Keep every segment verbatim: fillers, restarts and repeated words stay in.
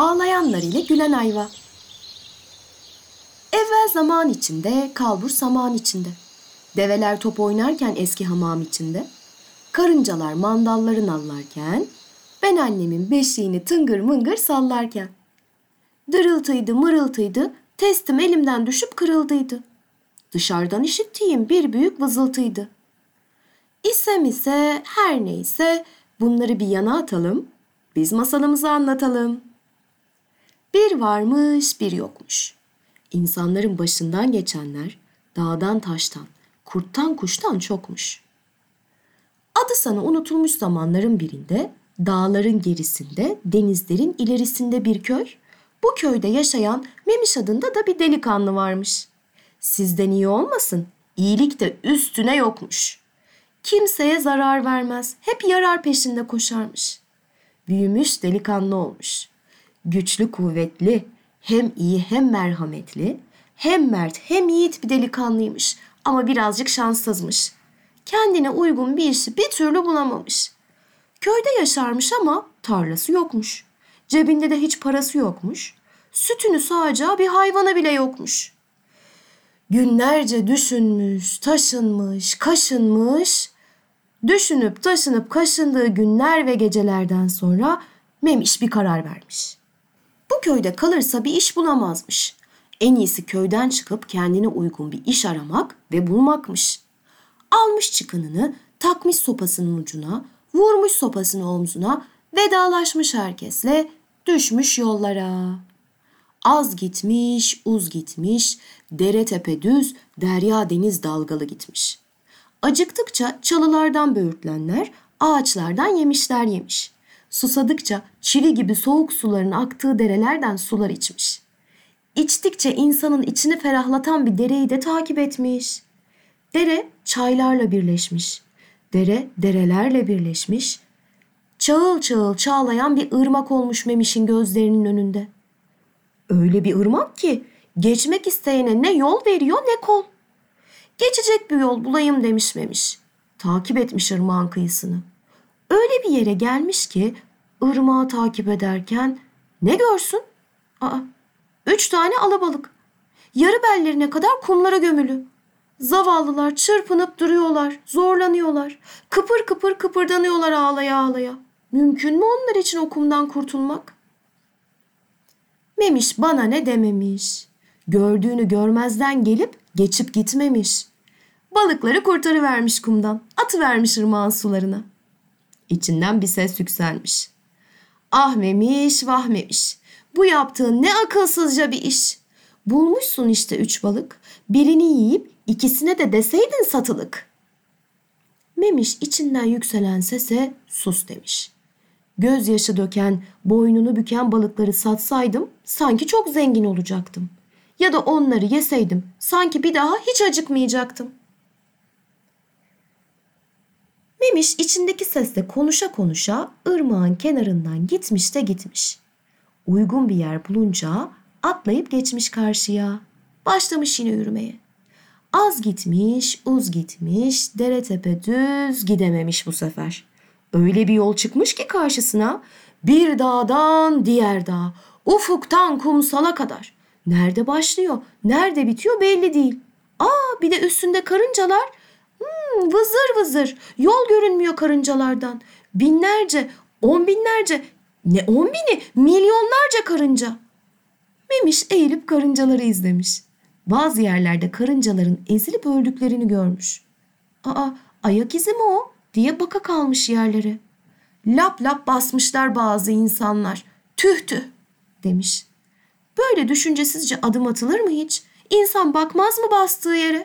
Ağlayanlar ile gülen ayva. Evvel zaman içinde, kalbur saman içinde. Develer top oynarken eski hamam içinde. Karıncalar mandalları nallarken, ben annemin beşiğini tıngır mıngır sallarken. Dırıltıydı mırıltıydı, testim elimden düşüp kırıldıydı. Dışarıdan işittiğim bir büyük vızıltıydı. İsem ise her neyse bunları bir yana atalım, biz masalımızı anlatalım. Bir varmış bir yokmuş. İnsanların başından geçenler dağdan taştan, kurttan kuştan çokmuş. Adı sana unutulmuş zamanların birinde, dağların gerisinde, denizlerin ilerisinde bir köy, bu köyde yaşayan Memiş adında da bir delikanlı varmış. Sizden iyi olmasın, iyilik de üstüne yokmuş. Kimseye zarar vermez, hep yarar peşinde koşarmış. Büyümüş delikanlı olmuş. Güçlü kuvvetli, hem iyi hem merhametli, hem mert hem yiğit bir delikanlıymış ama birazcık şanssızmış. Kendine uygun bir işi bir türlü bulamamış. Köyde yaşarmış ama tarlası yokmuş. Cebinde de hiç parası yokmuş. Sütünü sağacağı bir hayvana bile yokmuş. Günlerce düşünmüş, taşınmış, kaşınmış. Düşünüp taşınıp kaşındığı günler ve gecelerden sonra Memiş bir karar vermiş. Bu köyde kalırsa bir iş bulamazmış. En iyisi köyden çıkıp kendine uygun bir iş aramak ve bulmakmış. Almış çıkınını, takmış sopasının ucuna, vurmuş sopasını omzuna, vedalaşmış herkesle, düşmüş yollara. Az gitmiş, uz gitmiş, dere tepe düz, derya deniz dalgalı gitmiş. Acıktıkça çalılardan böğürtlenler, ağaçlardan yemişler yemiş. Susadıkça çivi gibi soğuk suların aktığı derelerden sular içmiş. İçtikçe insanın içini ferahlatan bir dereyi de takip etmiş. Dere çaylarla birleşmiş. Dere derelerle birleşmiş. Çağıl çağıl çağlayan bir ırmak olmuş Memiş'in gözlerinin önünde. Öyle bir ırmak ki geçmek isteyene ne yol veriyor ne kol. Geçecek bir yol bulayım demiş Memiş. Takip etmiş ırmağın kıyısını. Öyle bir yere gelmiş ki ırmağı takip ederken ne görsün? Aa, üç tane alabalık. Yarı bellerine kadar kumlara gömülü. Zavallılar çırpınıp duruyorlar, zorlanıyorlar. Kıpır kıpır kıpırdanıyorlar ağlaya ağlaya. Mümkün mü onlar için o kumdan kurtulmak? Memiş bana ne dememiş. Gördüğünü görmezden gelip geçip gitmemiş. Balıkları kurtarıvermiş kumdan, atıvermiş ırmağın sularına. İçinden bir ses yükselmiş. Ah Memiş, vah Memiş. Bu yaptığın ne akılsızca bir iş. Bulmuşsun işte üç balık. Birini yiyip ikisine de deseydin satılık. Memiş içinden yükselen sese sus demiş. Gözyaşı döken, boynunu büken balıkları satsaydım sanki çok zengin olacaktım. Ya da onları yeseydim sanki bir daha hiç acıkmayacaktım. Memiş içindeki sesle konuşa konuşa ırmağın kenarından gitmiş de gitmiş. Uygun bir yer bulunca atlayıp geçmiş karşıya. Başlamış yine yürümeye. Az gitmiş, uz gitmiş, dere tepe düz gidememiş bu sefer. Öyle bir yol çıkmış ki karşısına bir dağdan diğer dağa, ufuktan kumsala kadar. Nerede başlıyor, nerede bitiyor belli değil. Aa bir de üstünde karıncalar. Hmm, vızır vızır. Yol görünmüyor karıncalardan. Binlerce, on binlerce, ne on bini, milyonlarca karınca. Memiş eğilip karıncaları izlemiş. Bazı yerlerde karıncaların ezilip öldüklerini görmüş. Aa, ayak izi mi o diye baka kalmış yerlere. Lap lap basmışlar bazı insanlar. Tüh tüh demiş. Böyle düşüncesizce adım atılır mı hiç? İnsan bakmaz mı bastığı yere?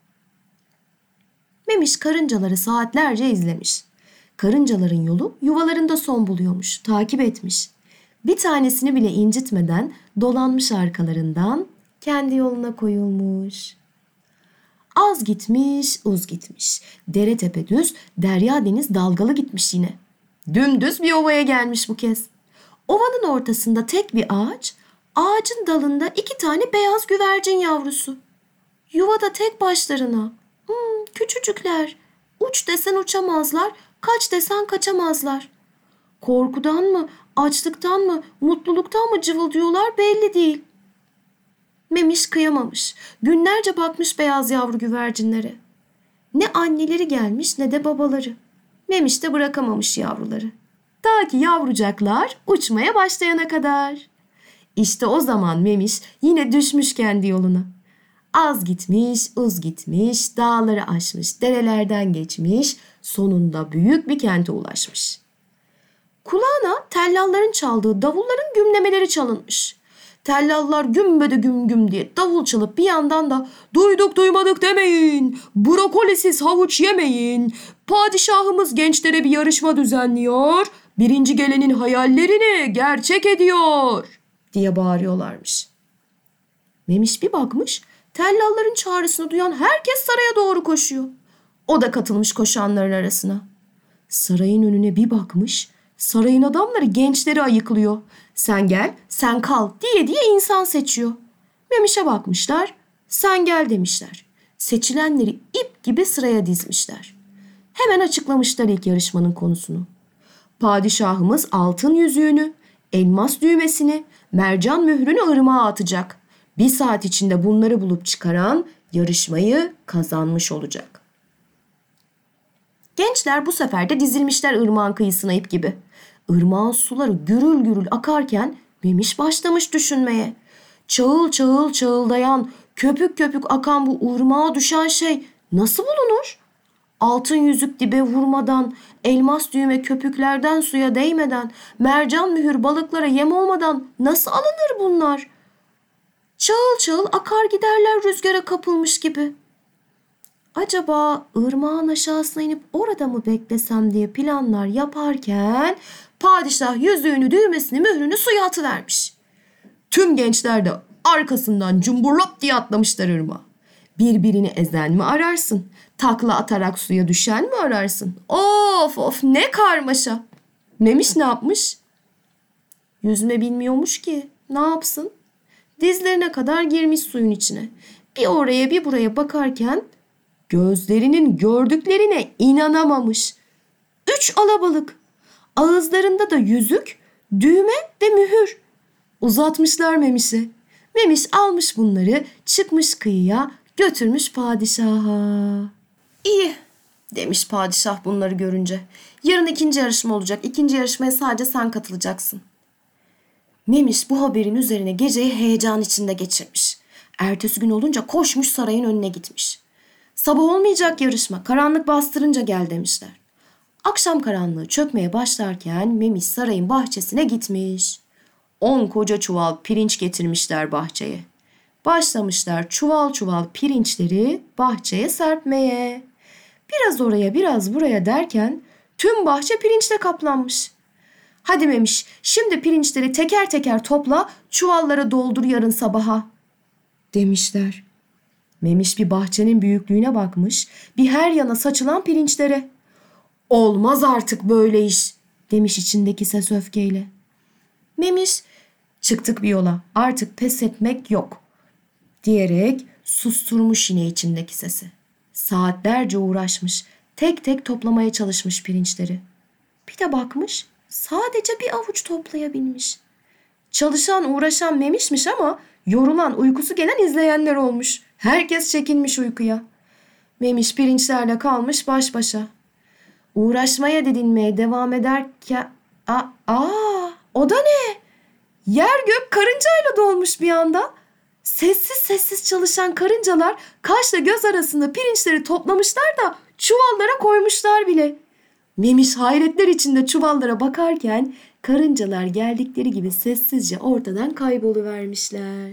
Memiş karıncaları saatlerce izlemiş. Karıncaların yolu yuvalarında son buluyormuş, takip etmiş. Bir tanesini bile incitmeden dolanmış arkalarından, kendi yoluna koyulmuş. Az gitmiş, uz gitmiş. Dere tepe düz, derya deniz dalgalı gitmiş yine. Dümdüz bir ovaya gelmiş bu kez. Ovanın ortasında tek bir ağaç, ağacın dalında iki tane beyaz güvercin yavrusu. Yuvada tek başlarına. Hmm, küçücükler. Uç desen uçamazlar, kaç desen kaçamazlar. Korkudan mı, açlıktan mı, mutluluktan mı cıvıldıyorlar belli değil. Memiş kıyamamış. Günlerce bakmış beyaz yavru güvercinlere. Ne anneleri gelmiş ne de babaları. Memiş de bırakamamış yavruları. Ta ki yavrucaklar uçmaya başlayana kadar. İşte o zaman Memiş yine düşmüş kendi yoluna. Az gitmiş, uz gitmiş, dağları aşmış, derelerden geçmiş, sonunda büyük bir kente ulaşmış. Kulağına tellalların çaldığı davulların gümlemeleri çalınmış. Tellallar gümbede güm güm diye davul çalıp bir yandan da duyduk duymadık demeyin, brokolisiz havuç yemeyin, padişahımız gençlere bir yarışma düzenliyor, birinci gelenin hayallerini gerçek ediyor diye bağırıyorlarmış. Memiş bir bakmış, tellalların çağrısını duyan herkes saraya doğru koşuyor. O da katılmış koşanların arasına. Sarayın önüne bir bakmış, sarayın adamları gençleri ayıklıyor. Sen gel, sen kal diye diye insan seçiyor. Memiş'e bakmışlar, sen gel demişler. Seçilenleri ip gibi sıraya dizmişler. Hemen açıklamışlar ilk yarışmanın konusunu. Padişahımız altın yüzüğünü, elmas düğmesini, mercan mührünü ırmağa atacak. Bir saat içinde bunları bulup çıkaran yarışmayı kazanmış olacak. Gençler bu sefer de dizilmişler ırmağın kıyısına ip gibi. Irmağın suları gürül gürül akarken Memiş başlamış düşünmeye. Çağıl çağıl çağıldayan, köpük köpük akan bu ırmağa düşen şey nasıl bulunur? Altın yüzük dibe vurmadan, elmas düğme köpüklerden suya değmeden, mercan mühür balıklara yem olmadan nasıl alınır bunlar? Çağıl çağıl akar giderler rüzgara kapılmış gibi. Acaba ırmağın aşağısına inip orada mı beklesem diye planlar yaparken padişah yüzüğünü, düğmesini, mührünü suya atıvermiş. Tüm gençler de arkasından cumburlop diye atlamışlar ırmağa. Birbirini ezen mi ararsın? Takla atarak suya düşen mi ararsın? Of of ne karmaşa. Memiş ne yapmış? Yüzme bilmiyormuş ki. Ne yapsın? Dizlerine kadar girmiş suyun içine. Bir oraya bir buraya bakarken gözlerinin gördüklerine inanamamış. Üç alabalık. Ağızlarında da yüzük, düğme ve mühür. Uzatmışlar Memiş'e. Memiş almış bunları, çıkmış kıyıya, götürmüş padişaha. İyi demiş padişah bunları görünce. Yarın ikinci yarışma olacak. İkinci yarışmaya sadece sen katılacaksın. Memiş bu haberin üzerine geceyi heyecan içinde geçirmiş. Ertesi gün olunca koşmuş sarayın önüne gitmiş. Sabah olmayacak yarışma, karanlık bastırınca gel demişler. Akşam karanlığı çökmeye başlarken Memiş sarayın bahçesine gitmiş. On koca çuval pirinç getirmişler bahçeye. Başlamışlar çuval çuval pirinçleri bahçeye serpmeye. Biraz oraya biraz buraya derken tüm bahçe pirinçle kaplanmış. Hadi Memiş, şimdi pirinçleri teker teker topla, çuvallara doldur yarın sabaha demişler. Memiş bir bahçenin büyüklüğüne bakmış, bir her yana saçılan pirinçlere. Olmaz artık böyle iş demiş içindeki ses öfkeyle. Memiş, çıktık bir yola, artık pes etmek yok diyerek susturmuş yine içindeki sesi. Saatlerce uğraşmış, tek tek toplamaya çalışmış pirinçleri. Bir de bakmış, sadece bir avuç toplayabilmiş. Çalışan uğraşan Memiş'miş ama yorulan uykusu gelen izleyenler olmuş. Herkes çekilmiş uykuya. Memiş pirinçlerle kalmış baş başa. Uğraşmaya didinmeye devam ederken... Aa, aa, o da ne? Yer gök karıncayla dolmuş bir anda. Sessiz sessiz çalışan karıncalar kaşla göz arasında pirinçleri toplamışlar da çuvallara koymuşlar bile. Memiş hayretler içinde çuvallara bakarken karıncalar geldikleri gibi sessizce ortadan kayboluvermişler.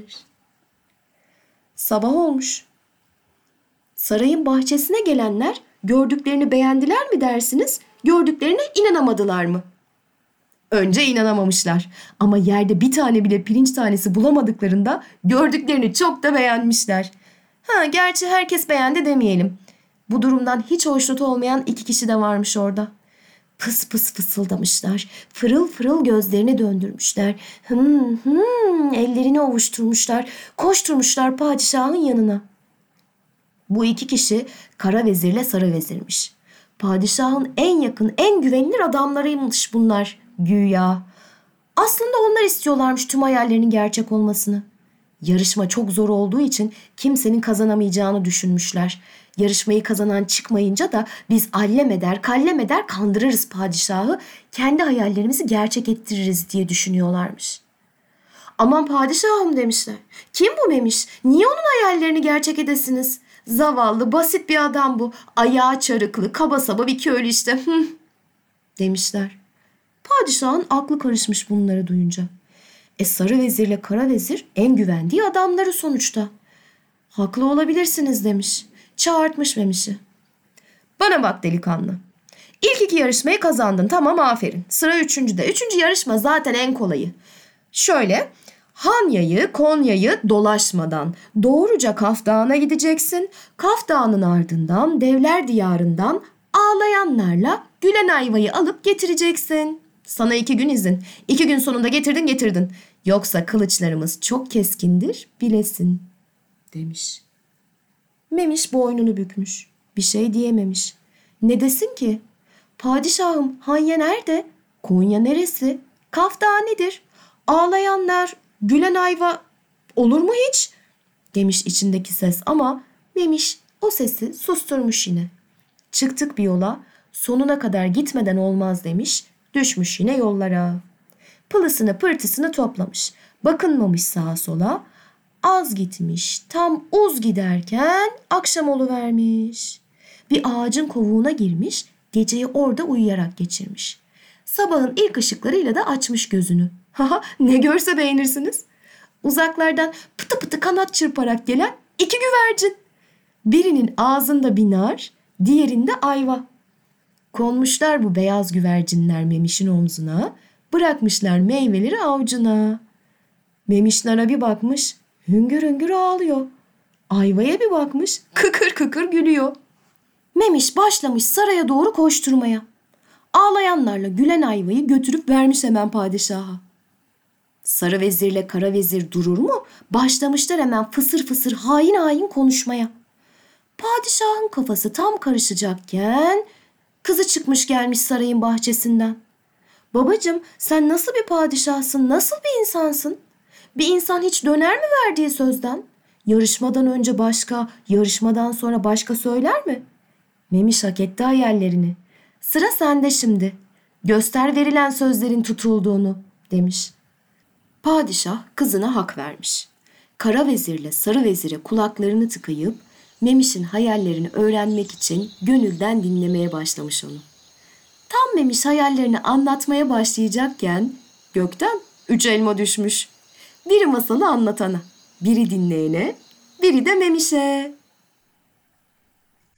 Sabah olmuş. Sarayın bahçesine gelenler gördüklerini beğendiler mi dersiniz, gördüklerine inanamadılar mı? Önce inanamamışlar ama yerde bir tane bile pirinç tanesi bulamadıklarında gördüklerini çok da beğenmişler. Ha, gerçi herkes beğendi demeyelim. Bu durumdan hiç hoşnut olmayan iki kişi de varmış orada. Pıs pıs fısıldamışlar, fırıl fırıl gözlerini döndürmüşler, hım hım ellerini ovuşturmuşlar, koşturmuşlar padişahın yanına. Bu iki kişi kara vezirle sarı vezirmiş. Padişahın en yakın, en güvenilir adamlarıymış bunlar. Güya. Aslında onlar istiyorlarmış tüm hayallerinin gerçek olmasını. Yarışma çok zor olduğu için kimsenin kazanamayacağını düşünmüşler. Yarışmayı kazanan çıkmayınca da biz allem eder, kallem eder kandırırız padişahı, kendi hayallerimizi gerçek ettiririz diye düşünüyorlarmış. Aman padişahım demişler. Kim bu Memiş? Niye onun hayallerini gerçek edesiniz? Zavallı, basit bir adam bu. Ayağı çarıklı, kaba saba bir köylü işte. Hı, demişler. Padişahın aklı karışmış bunları duyunca. E sarı vezirle kara vezir en güvendiği adamları sonuçta. Haklı olabilirsiniz demiş. Çağırtmış Memiş'i. Bana bak delikanlı. İlk iki yarışmayı kazandın, tamam, aferin. Sıra üçüncüde. Üçüncü yarışma zaten en kolayı. Şöyle, Hanya'yı, Konya'yı dolaşmadan doğruca Kaf Dağı'na gideceksin. Kaf Dağı'nın ardından Devler Diyarı'ndan ağlayanlarla gülen ayvayı alıp getireceksin. Sana iki gün izin. İki gün sonunda getirdin getirdin. Yoksa kılıçlarımız çok keskindir, bilesin, demiş. Memiş boynunu bükmüş. Bir şey diyememiş. Ne desin ki? Padişahım, Hanya nerede? Konya neresi? Kaf Dağı nedir? Ağlayanlar, gülen ayva olur mu hiç? Demiş içindeki ses ama Memiş o sesi susturmuş yine. Çıktık bir yola, sonuna kadar gitmeden olmaz demiş, düşmüş yine yollara. Pılısını pırtısını toplamış, bakınmamış sağa sola, az gitmiş, tam uz giderken akşam oluvermiş. Bir ağacın kovuğuna girmiş, geceyi orada uyuyarak geçirmiş. Sabahın ilk ışıklarıyla da açmış gözünü. Haha, ne görse beğenirsiniz. Uzaklardan pıtı pıtı kanat çırparak gelen iki güvercin. Birinin ağzında bir nar, diğerinde ayva. Konmuşlar bu beyaz güvercinler Memiş'in omzuna, bırakmışlar meyveleri avucuna. Memiş nara bir bakmış, hüngür hüngür ağlıyor. Ayvaya bir bakmış, kıkır kıkır gülüyor. Memiş başlamış saraya doğru koşturmaya. Ağlayanlarla gülen ayvayı götürüp vermiş hemen padişaha. Sarı vezirle kara vezir durur mu? Başlamışlar hemen fısır fısır hain hain konuşmaya. Padişahın kafası tam karışacakken kızı çıkmış gelmiş sarayın bahçesinden. Babacığım, sen nasıl bir padişahsın, nasıl bir insansın? Bir insan hiç döner mi verdiği sözden? Yarışmadan önce başka, yarışmadan sonra başka söyler mi? Memiş hak etti hayallerini. Sıra sende şimdi. Göster verilen sözlerin tutulduğunu, demiş. Padişah kızına hak vermiş. Kara vezirle sarı vezire kulaklarını tıkayıp Memiş'in hayallerini öğrenmek için gönülden dinlemeye başlamış onu. Tam Memiş hayallerini anlatmaya başlayacakken gökten üç elma düşmüş. Biri masalı anlatana, biri dinleyene, biri de Memiş'e.